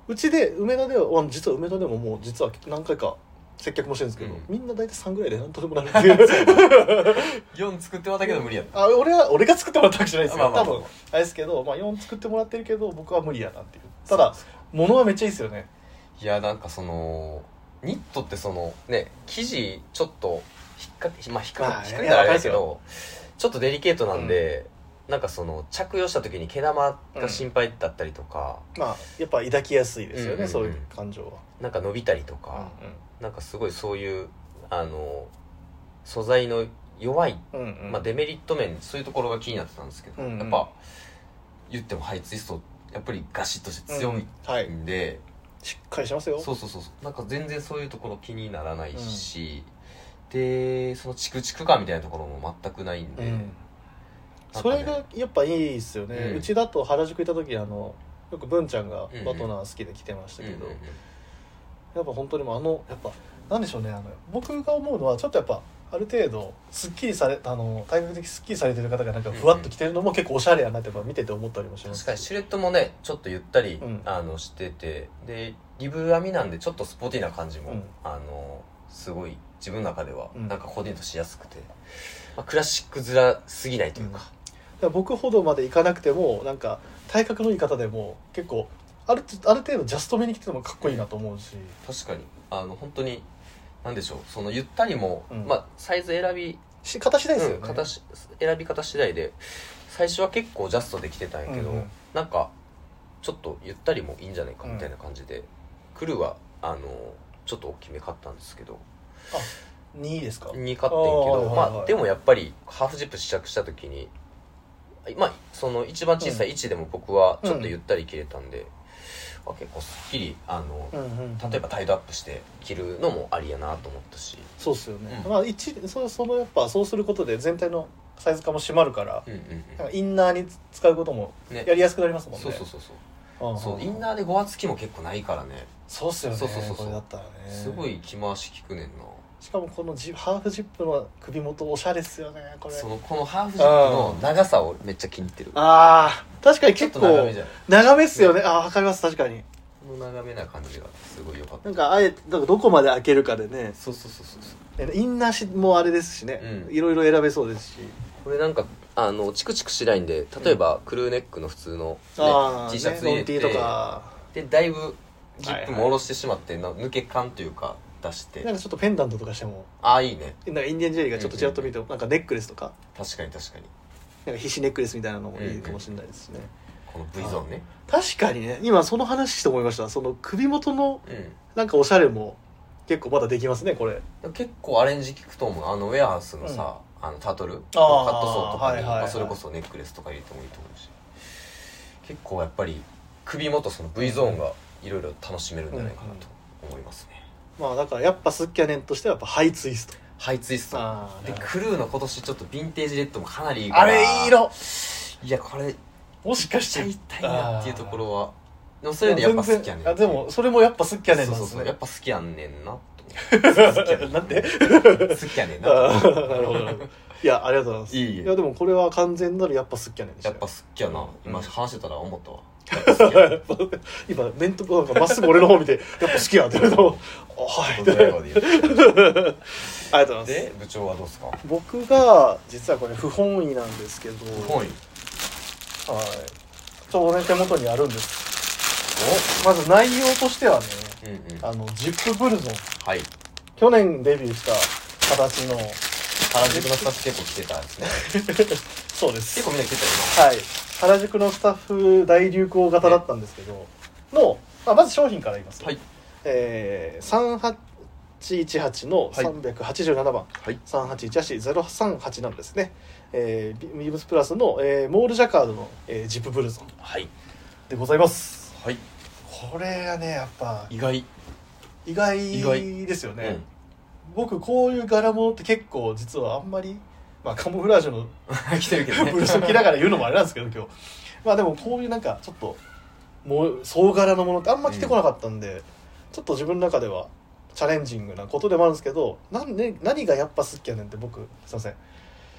うちで梅田では実は梅田でももう実は何回か接客もしてるんですけど、うん、みんな大体さんぐらいで何とでもなるっていうよん作ってもらったけど無理やった。 あ俺は俺が作ってもらったわけじゃないですよ、まあまあまあ、多分あれですけど、まあ、よん作ってもらってるけど僕は無理やなっていう。ただ物はめっちゃいいですよね。 いやなんかそのニットってそのね生地ちょっと引っかけまあ引っかか引っかけたらあれだけどちょっとデリケートなんで、うん、なんかその着用した時に毛玉が心配だったりとか、 うん、まあやっぱ抱きやすいですよね、うんうんうん、そういう感情は。 なんか伸びたりとか、うんうん、なんかすごいそういうあの素材の弱い、うんうん、まあ、デメリット面そういうところが気になってたんですけど、うんうん、やっぱ言ってもハイツイストやっぱりガシッとして強いんで、うんはい、 しっかりしますよ。 そうそうそうなんか全然そういうところ気にならないし、うん、でそのチクチク感みたいなところも全くないんで、うんね、それがやっぱいいですよね、うん、うちだと原宿行った時あのよく文ちゃんがバトナー好きで来てましたけど、うんうんうんうん、やっぱ本当にもあのやっぱなんでしょうね、あの僕が思うのはちょっとやっぱある程度すっきりされあの体格的すっきりされてる方がなんかふわっと着てるのも結構おしゃれやなって見てて思ったりもします。 確かにシルエットもねちょっとゆったり、うん、あのしててでリブ編みなんでちょっとスポーティーな感じも、うん、あのすごい自分の中ではなんかコーディネートしやすくて、うんまあ、クラシック面すぎないというか、うん、だから僕ほどまでいかなくてもなんか体格のいい方でも結構ある、ある程度ジャストめに着ててもかっこいいなと思うし、 確かにあの本当になんでしょうそのゆったりも、うん、まあサイズ選びし形次第ですよね、 うん、形選び方次第で最初は結構ジャストで着てたんやけど、うんうん、なんかちょっとゆったりもいいんじゃないかみたいな感じで、うん、クルーはあのちょっと大きめ買ったんですけど、 あにですかに買ってんけど、はいはいはい、まあでもやっぱりハーフジップ試着した時にまあその一番小さい位置でも僕はちょっとゆったり着れたんで、うん結構すっきりあの、うんうん、例えばタイドアップして着るのもありやなと思ったし、 そうっすよね、うん、まあ一そそのやっぱそうすることで全体のサイズ感も締まるから、うんうんうん、なんかインナーに使うこともやりやすくなりますもんね。 そうそうそうそう、うん、そうインナーでごわつきも結構ないからね。 そうっすよね。 そうそうそうこれだったらねすごい着回し効くねんな。 しかもこのジハーフジップの首元おしゃれっすよねこれ。 そのこのハーフジップの長さをめっちゃ気に入ってる。 あー確かに結構長めじゃん。長めっすよね。あーわかります確かに。 この長めな感じがすごい良かった。 なんかあえてだからどこまで開けるかでね。 そうそうそうそうそう。 インナーしもあれですしね、うん、いろいろ選べそうですし。 これなんかあのチクチクしないんで例えば、うん、クルーネックの普通の、ね、T シャツ入れて、ね、とかでだいぶジップも下ろしてしまって、はいはい、抜け感というか出してなんかちょっとペンダントとかしてもああいいね。 なんかインディアンジェリーがちょっとちらっと見て、うんうん、なんかネックレスとか確かに確かになんか皮脂ネックレスみたいなのもいいかもしれないですしね、 うんうん、この V ゾーンね。 確かにね今その話して思いました。その首元のなんかおしゃれも結構まだできますねこれ。 結構アレンジ効くと思う。あのウェアハウスのさ、うん、あのタートルのカットソーとかに、はいはいはいまあ、それこそネックレスとか入れてもいいと思うし結構やっぱり首元その V ゾーンがいろいろ楽しめるんじゃないかなと思いますね、 うんうん、まあだからやっぱスッキャネンとしてはやっぱハイツイストハイツイストでクルーの今年ちょっとヴィンテージレッドもかなりいいからあれいい色いやこれもしかしていきたいなっていうところはでもそれでやっぱ好きやねん。 あでもそれもやっぱ好きやねんなんですね。 そうそうそうやっぱ好きやんねんなとなんで好きやねんなとなるほどいやありがとうございます。いいいやでもこれは完全なるやっぱ好きやねんでした。 やっぱ好きやな、今話してたら思ったわ今面となんかまっすぐ俺の方見てやっぱ好きやって言うとはいありがとうございます。 で部長はどうですか。 僕が実はこれ不本意なんですけど不本意はいちょうどね手元にあるんです。おまず内容としてはね、うんうん、あのジップブルゾン、 はい、 去年デビューした形の原宿のスタッフ結構来てたんですねそうです結構みんな来てたよ。 はい原宿のスタッフ大流行型だったんですけどの、まあ、まず商品から言います、はいえー、さんはちいちはちのさんびゃくはちじゅうななばん、はい、さんはちいちはちゼロさんはちなんですね、えー、ビームスプラスの、えー、モールジャカードの、えー、ジップブルゾン、はい、でございます。はい、これがねやっぱ意外意外ですよね、うん、僕こういう柄物って結構実はあんまりまあカモフラージュの着てるけどねブルゾン着ながら言うのもあれなんですけど今日まあでもこういうなんかちょっともう総柄のものってあんま着てこなかったんで、うん、ちょっと自分の中ではチャレンジングなことでもあるんですけどなん、ね、何がやっぱ好きやねんって僕すいません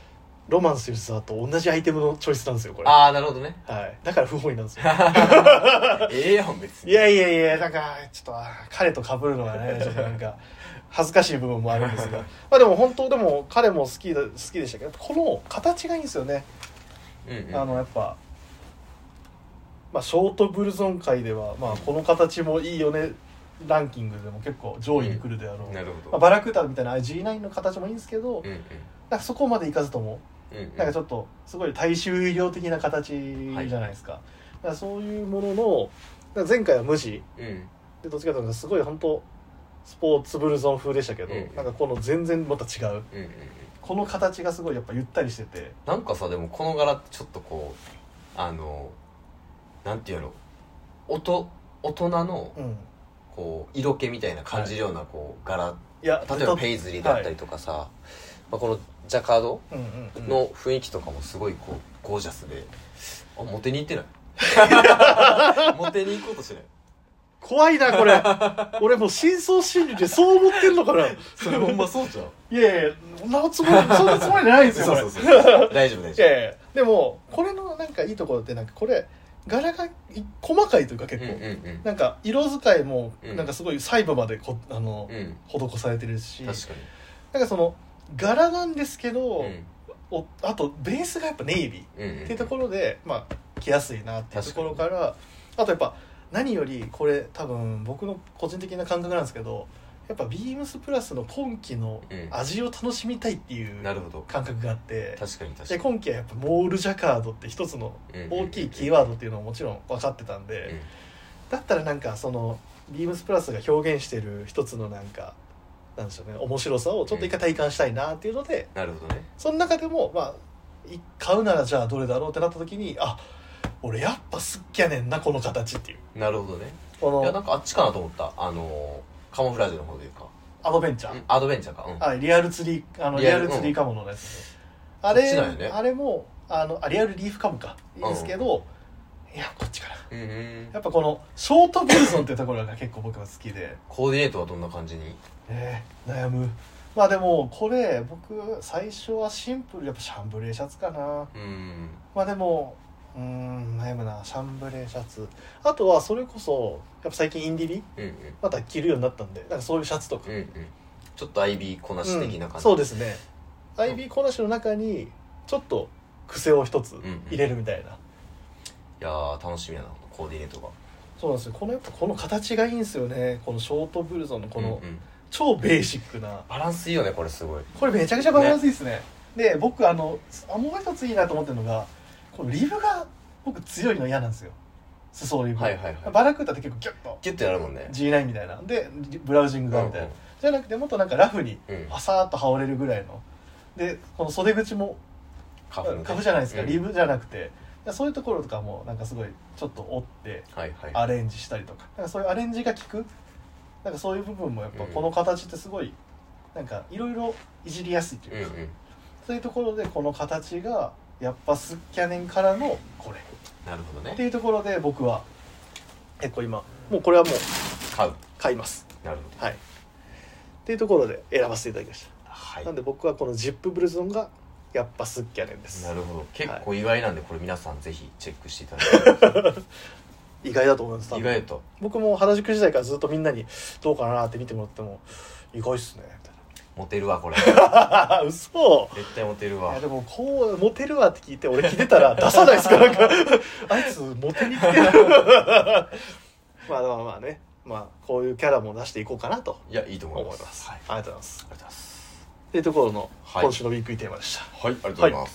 ロマンス吉沢と同じアイテムのチョイスなんですよこれ。 ああなるほどね。 はい。だから不本意なんですよ。 ええやん別に。 いやいやいやなんかちょっと彼と被るのがねちょっとなんか恥ずかしい部分もあるんですが、まあでも本当でも彼も好きだ好きでしたけど、この形がいいんですよね。うんうん、あのやっぱ。まあ、ショートブルゾン界では、まあ、この形もいいよねランキングでも結構上位に来るであろう、うん、なるほど、まあ、バラクータみたいな ジーナイン の形もいいんですけど、うんうん、なんかそこまでいかずとも、うんうん、なんかちょっとすごい大衆医療的な形じゃないですか、はい、だからそういうものの前回は無地、うん、でどっちかというとすごい本当スポーツブルゾン風でしたけど、うんうん、なんかこの全然また違う、うんうんうん、この形がすごいやっぱゆったりしてて、 なんかさでもこの柄ってちょっとこうあのなんていうのおと大人のこう色気みたいな感じるようなこう柄、いや例えばペイズリーだったりとかさ、はい、まあ、このジャカードの雰囲気とかもすごいこうゴージャスで、あモテに行ってないモテに行こうとしてない。 怖いなこれ俺もう深層心理でそう思ってんのかなそれほんまそうじゃん。 いやいやそんなつもりそんなつもりじゃないんですよ。そうそうそう大丈夫大丈夫。 いやいやでもこれのなんかいいところってなんかこれ柄が細かいというか結構、うんうんうん、なんか色使いもなんかすごい細部までこあの、うん、施されてるし、 確かになんかその柄なんですけど、うん、おあとベースがやっぱネイビーっていうところで、うんうん、まあ着やすいなっていうところから、あとやっぱ何よりこれ多分僕の個人的な感覚なんですけど、やっぱビームスプラスの今期の味を楽しみたいっていう感覚があって、 確かに確かに。 で今期はやっぱモールジャカードって一つの大きいキーワードっていうのももちろん分かってたんで、うん、だったらなんかそのビームスプラスが表現してる一つのなんかなんでしょうね、面白さをちょっと一回体感したいなっていうので、 うん、なるほどね。 その中でもまあ買うならじゃあどれだろうってなった時に、あ俺やっぱ好きやねんなこの形っていう。 なるほどね。このいやなんかあっちかなと思った。あのカモフラージュの方でいうかアドベンチャー、 うん、アドベンチャーか、うん、 あリアルツリーあのリアルツリーカモのやつで、うん、あれそっちなんよね。 あれもあのあリアルリーフカモかいいですけど、うん、いやこっちかな、うんうん、やっぱこのショートブルゾンっていうところが結構僕は好きでコーディネートはどんな感じに、 えー、悩む。まあでもこれ僕最初はシンプルやっぱシャンブレーシャツかな、うん、まあでもうーん悩むなシャンブレーシャツ、あとはそれこそやっぱ最近インディビ、うんうん、また着るようになったんでなんかそういうシャツとか、うんうん、 ちょっと アイビー こなし的な感じ、 うん、そうですね アイビー こなしの中にちょっと癖を一つ入れるみたいな、うんうん、いやー楽しみやなコーディネートが。 そうなんですよ、このやっぱこの形がいいんですよね、このショートブルゾンのこの、うんうん、超ベーシックなバランスいいよねこれ。すごいこれめちゃくちゃバランスいいですね。で僕あのあもう一ついいなと思ってるのがこのリブが僕強いの嫌なんですよ、裾リブ、はいはいはい、バラクータって結構ギュッとギュッとやるもんねジーナイン みたいなでブラウジングがみたいな、うんうん、じゃなくてもっとなんかラフにパサーっと羽織れるぐらいの、うん、でこの袖口もカフ、ね、カフじゃないですか、うん、リブじゃなくてそういうところとかもなんかすごいちょっと折ってアレンジしたりとか、なんかそういうアレンジが効く、なんかそういう部分もやっぱこの形ってすごいなんかいろいろいじりやすいというか、うんうん、そういうところでこの形がやっぱスッキャネンからのこれなるほどねっていうところで僕は結構今もうこれはもう買う買います。 なるほど、 はい、っていうところで選ばせていただきました、はい、なんで僕はこのジップブルゾンがやっぱスッキャネンです。 なるほど、結構意外なんで、はい、これ皆さんぜひチェックしていただいて意外だと思います。 意外と僕も原宿時代からずっとみんなにどうかなって見てもらっても意外っすねみたいな、 モテるわこれ嘘絶対モテるわ。 いやでもこうモテるわって聞いて俺着てたら出さないですかなんかあいつモテに来てるまあまあまあね、まあこういうキャラも出していこうかなと。 いやいいと思います、 思います、はい、ありがとうございます。 ありがとうございます。 っていうところの今週のウィークリーテーマでした。 はい、はい、ありがとうございます、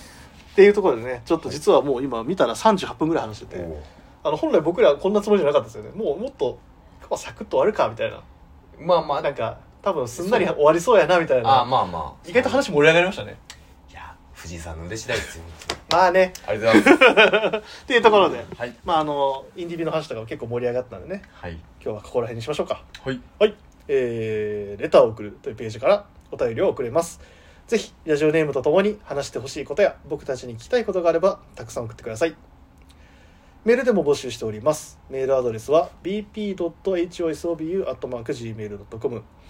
はい、っていうところでね、ちょっと実はもう今見たらさんじゅうはっぷんぐらい話してて、あの本来僕らこんなつもりじゃなかったですよね。もうもっとサクッと終わるかみたいな、 まあまあなんか多分すんなり終わりそうやなみたいな。 あまあまあ意外と話盛り上がりましたね。 いや藤井さんの腕次第ですよまあね、 ありがとうございますっていうところで、 はい、 まああのインディビの話とかも結構盛り上がったんでね、 はい、 今日はここら辺にしましょうか。 はい、 はい、えー、レターを送るというページからお便りを送れます。ぜひラジオネームとともに話してほしいことや僕たちに聞きたいことがあればたくさん送ってください。メールでも募集しております。メールアドレスは ビーピードットエイチオーエスオービーユーアットマークジーメールドットコム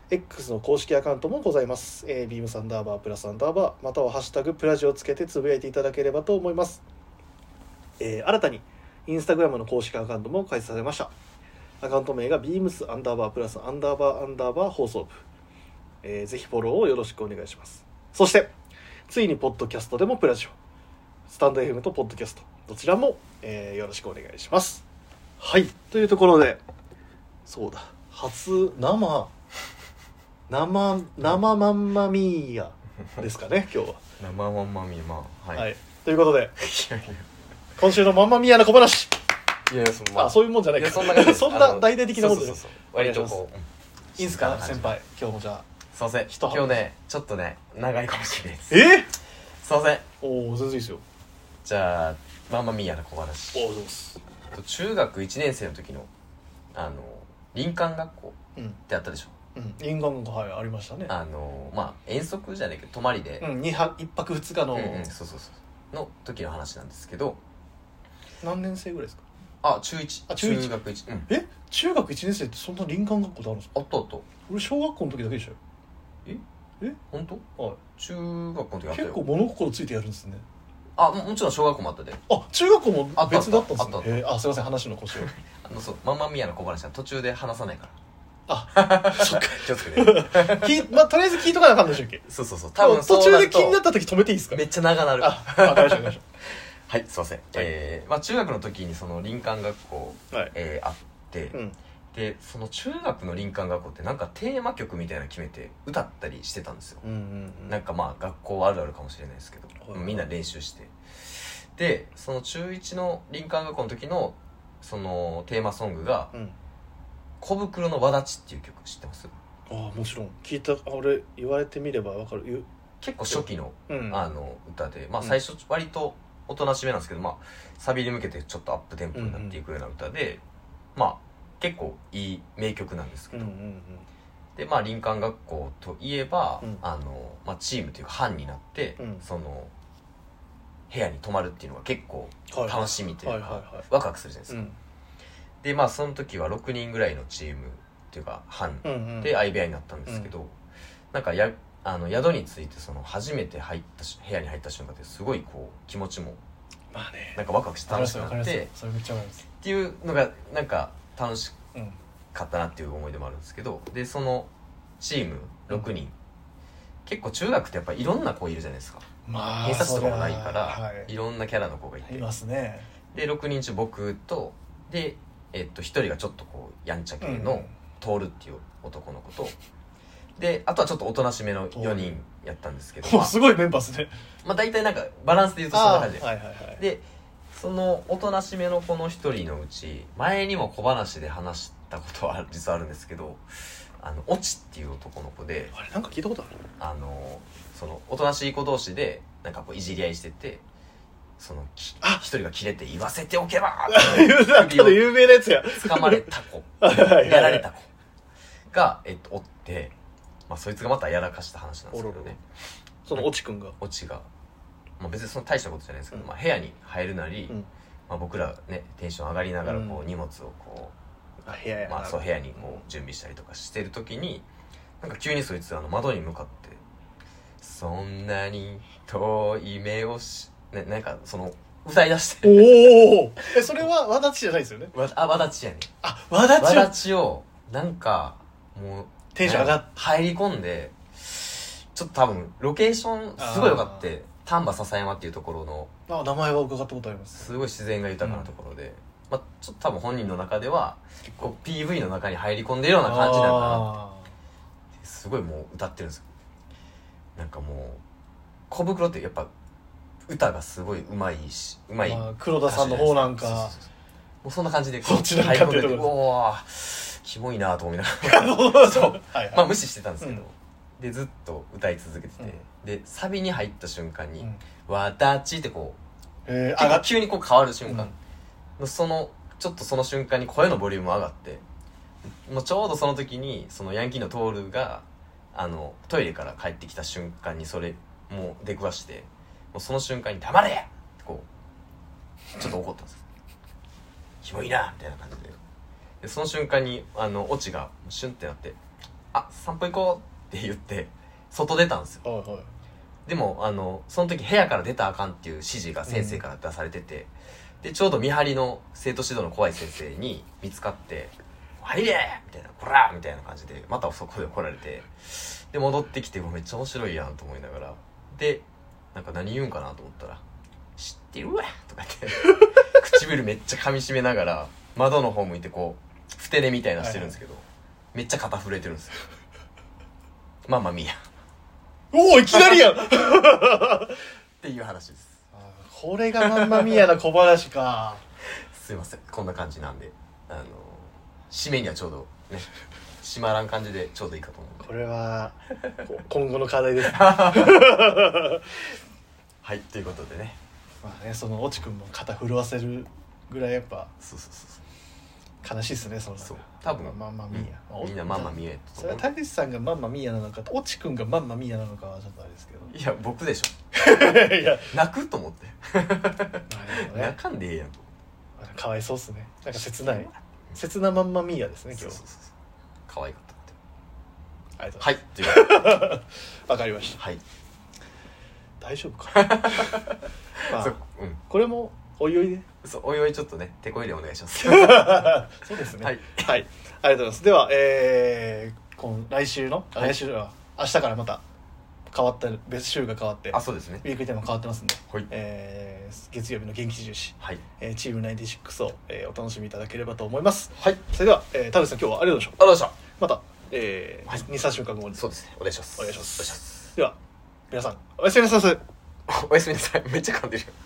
X の公式アカウントもございます。えー、ビームサンダーバープラスアンダーバーまたはハッシュタグプラジをつけてつぶやいていただければと思います。えー、新たにインスタグラムの公式アカウントも開設されました。アカウント名が ビームス アンダーバープラスアンダーバーアンダーバー放送部、えー、ぜひフォローをよろしくお願いします。そしてついにポッドキャストでもプラジオ、スタンド エフエム とポッドキャストどちらも、えー、よろしくお願いします。はい、というところで、そうだ、初生生生マンマミーヤですかね今日は。 生マンマミー、まあ、はい、 はい、ということで今週のマンマミーヤの小話。 いや、そん、まあ、 あ、そういうもんじゃないか。 そんな感じそんな大々的なことで。 そうそうそう、割とこう、 いいんすか先輩、今日もじゃあ。 すいません、今日ねちょっとね長いかもしれないです。 えー、 すいません。 おお、全然いいですよ。 じゃあマンマミーヤの小話。 おお、そうです。 中学いちねん生の時のあの林間学校ってあったでしょ。 うん、林間学校、はい、ありましたね。 あのまあ遠足じゃないけど泊まりで、 うん、にはくいっぱくふつかの、 うんうん、そうそうそうの時の話なんですけど。 何年生ぐらいですか？ あ、中いち。 あ、中いち。 中学いち、うん、 え、中学いちねん生ってそんな林間学校ってあるんですか？ あったあった。 俺小学校の時だけでしたよ。 ええ、 本当？ はい。 中学校の時あったよ。 結構物心ついてやるんですね。 あ、もちろん小学校もあったで。 あ、中学校も別だったんですね。 あったあった。 えー、あ、すいません、話の腰をあの、そう、マンマミーヤの小話は途中で話さないから。 あ、そっか。 気をつけて。 き、まあ、とりあえず聞いとかなあかんでしたっけ？ そうそうそう。多分途中で気になった時止めていいですか？ めっちゃ長なる。 あ、わかりました、わかりました。 はい、すいません。はい、えー、まあ中学の時にその林間学校、はい、えー、あって、うん、でその中学の林間学校ってなんかテーマ曲みたいなの決めて歌ったりしてたんですよ。うんうんうん、なんかまあ学校あるあるかもしれないですけど、はい、みんな練習して、でその中いちの林間学校の時のそのテーマソングが、うん、小袋のわだちっていう曲知ってます？ ああ、もちろん聞いた。俺言われてみればわかる。 結構初期の、うん、あの歌で、まあ最初割とおとなしめなんですけど、まあサビに向けてちょっとアップテンポになっていくような歌で、うんうん、まあ結構いい名曲なんですけど、うんうんうん、でまあ林間学校といえば、うん、あのまあチームというか班になって、うん、その部屋に泊まるっていうのが結構楽しみというかワクワクするじゃないですか。うん、でまあその時はろくにんぐらいのチームっていうか班で相部屋になったんですけど、うんうん、なんかやあの宿についてその初めて入った部屋に入った瞬間ってすごいこう気持ちもまあね、 なんかワクワクして楽しくなってそれめっちゃわかりますっていうのがなんか楽しかったなっていう思い出もあるんですけど、でそのチームろくにん、うん、結構中学ってやっぱいろんな子いるじゃないですか。まあ偏差値とかもないから、はい、いろんなキャラの子がいていますね。 でろくにん中僕とで、えっと、ひとりがちょっとこうやんちゃ系のトールっていう男の子と、であとはちょっとおとなしめのよにんやったんですけど、 まあ、すごいメンバーですね。 まあ大体なんかバランスで言うとそんな感じで、 はいはいはい、 でそのおとなしめの子の一人のうち前にも小話で話したことは実はあるんですけど、あのオチっていう男の子で、 あれなんか聞いたことある。 あのそのおとなしい子同士でなんかこういじり合いしてて、その一人がキレて言わせておけばただ有名なやつや。 掴まれた子やられた子が、えっと、おって、まあ、そいつがまたやらかした話なんですけどね。 そのオチくんがオチが、まあ、別にその大したことじゃないですけど、うん、まあ、部屋に入るなり、うん、まあ、僕らねテンション上がりながらこう、うん、荷物をこう、 あ部屋やまあ、そう部屋にこう準備したりとかしてる時になんか急にそいつあの窓に向かって「そんなに遠い目をし」ね、なんかその歌い出しておおえそれはわだちじゃないですよね。 わあわだちやね。 あわだちわだちをなんかもうテンション上がっ入り込んで、ちょっと多分ロケーションすごい良かった丹波篠山っていうところの、 あ名前は伺ったことあります。 すごい自然が豊かなところで、うん、まあ、ちょっと多分本人の中ではこう ピーブイ の中に入り込んでるような感じなんだなってすごいもう歌ってるんですよ。なんかもう小袋ってやっぱ歌がすごいうまいしうまい、まあ、 黒田さんの方なんかそうそうそうもうそんな感じでこっちなんかっていうところでおーキモいなと思いながらそう、はいはい、まあ無視してたんですけど、うん、でずっと歌い続けてて、うん、でサビに入った瞬間に「わだち」ってこう、えー、急にこう変わる瞬間、うん、そのちょっとその瞬間に声のボリューム上がってもうちょうどその時にそのヤンキーのトールがあのトイレから帰ってきた瞬間にそれもう出くわしてもうその瞬間に「黙れ!」ってこうちょっと怒ったんですよ。キモいなみたいな感じで。でその瞬間にあのオチがシュンってなってあ散歩行こうって言って外出たんですよ、はいはい、でもあのその時部屋から出たらあかんっていう指示が先生から出されてて、うん、でちょうど見張りの生徒指導の怖い先生に見つかって「入れ!」みたいな「こら!」みたいな感じでまたそこで怒られて、で戻ってきてめっちゃ面白いやんと思いながら、でなんか何言うんかなと思ったら「知ってるわ!」とか言って唇めっちゃ噛み締めながら窓の方向いてこうふて寝みたいなしてるんですけど、はいはい、めっちゃ肩震えてるんですよ。まあまあミヤおおいきなりやんっていう話です。 これがマンマミヤな小話かすいません、こんな感じなんで、あの締めにはちょうどね締まらん感じでちょうどいいかと思う。 これは今後の課題ですはいということでね、 まあね、その越智くんも肩震わせるぐらいやっぱそうそうそう悲しいっすね。そのそう多分マンマミーヤ、 うん、みんなマンマミーヤそれは田口さんがマンマミーヤなのか越智くんがマンマミーヤなのかはちょっとあれですけど、 いや僕でしょいや泣くと思って泣かんでええやんとかわいそうっすね。なんか切ない切なマンマミーヤですね今日。 そうそうそう可愛かったって。 ありがとうございます。わかりました。 はい。 大丈夫かな。まあ、うん、これもおいおいで。 そうおいおいちょっとね手こ入れお願いします。 そうですね。はい、はい、ありがとうございます。では、えー、今来週の、はい、来週は明日からまた変わった別週が変わって、 あそうですね。 ウィークリーテーマ変わってますんで、 はい、 えー、月曜日の元気印、 はい、 えー、チームナインティシックスを、えー、お楽しみいただければと思います。 はい。 それでは、えー、田口さん今日はありがとうございました。 ありがとうございました。 また、えーはい、にさんしゅうかんごに。 そうですね。お願いします。 お願いします。では皆さんおやすみなさい。 おやすみなさい。めっちゃ噛んでるよ。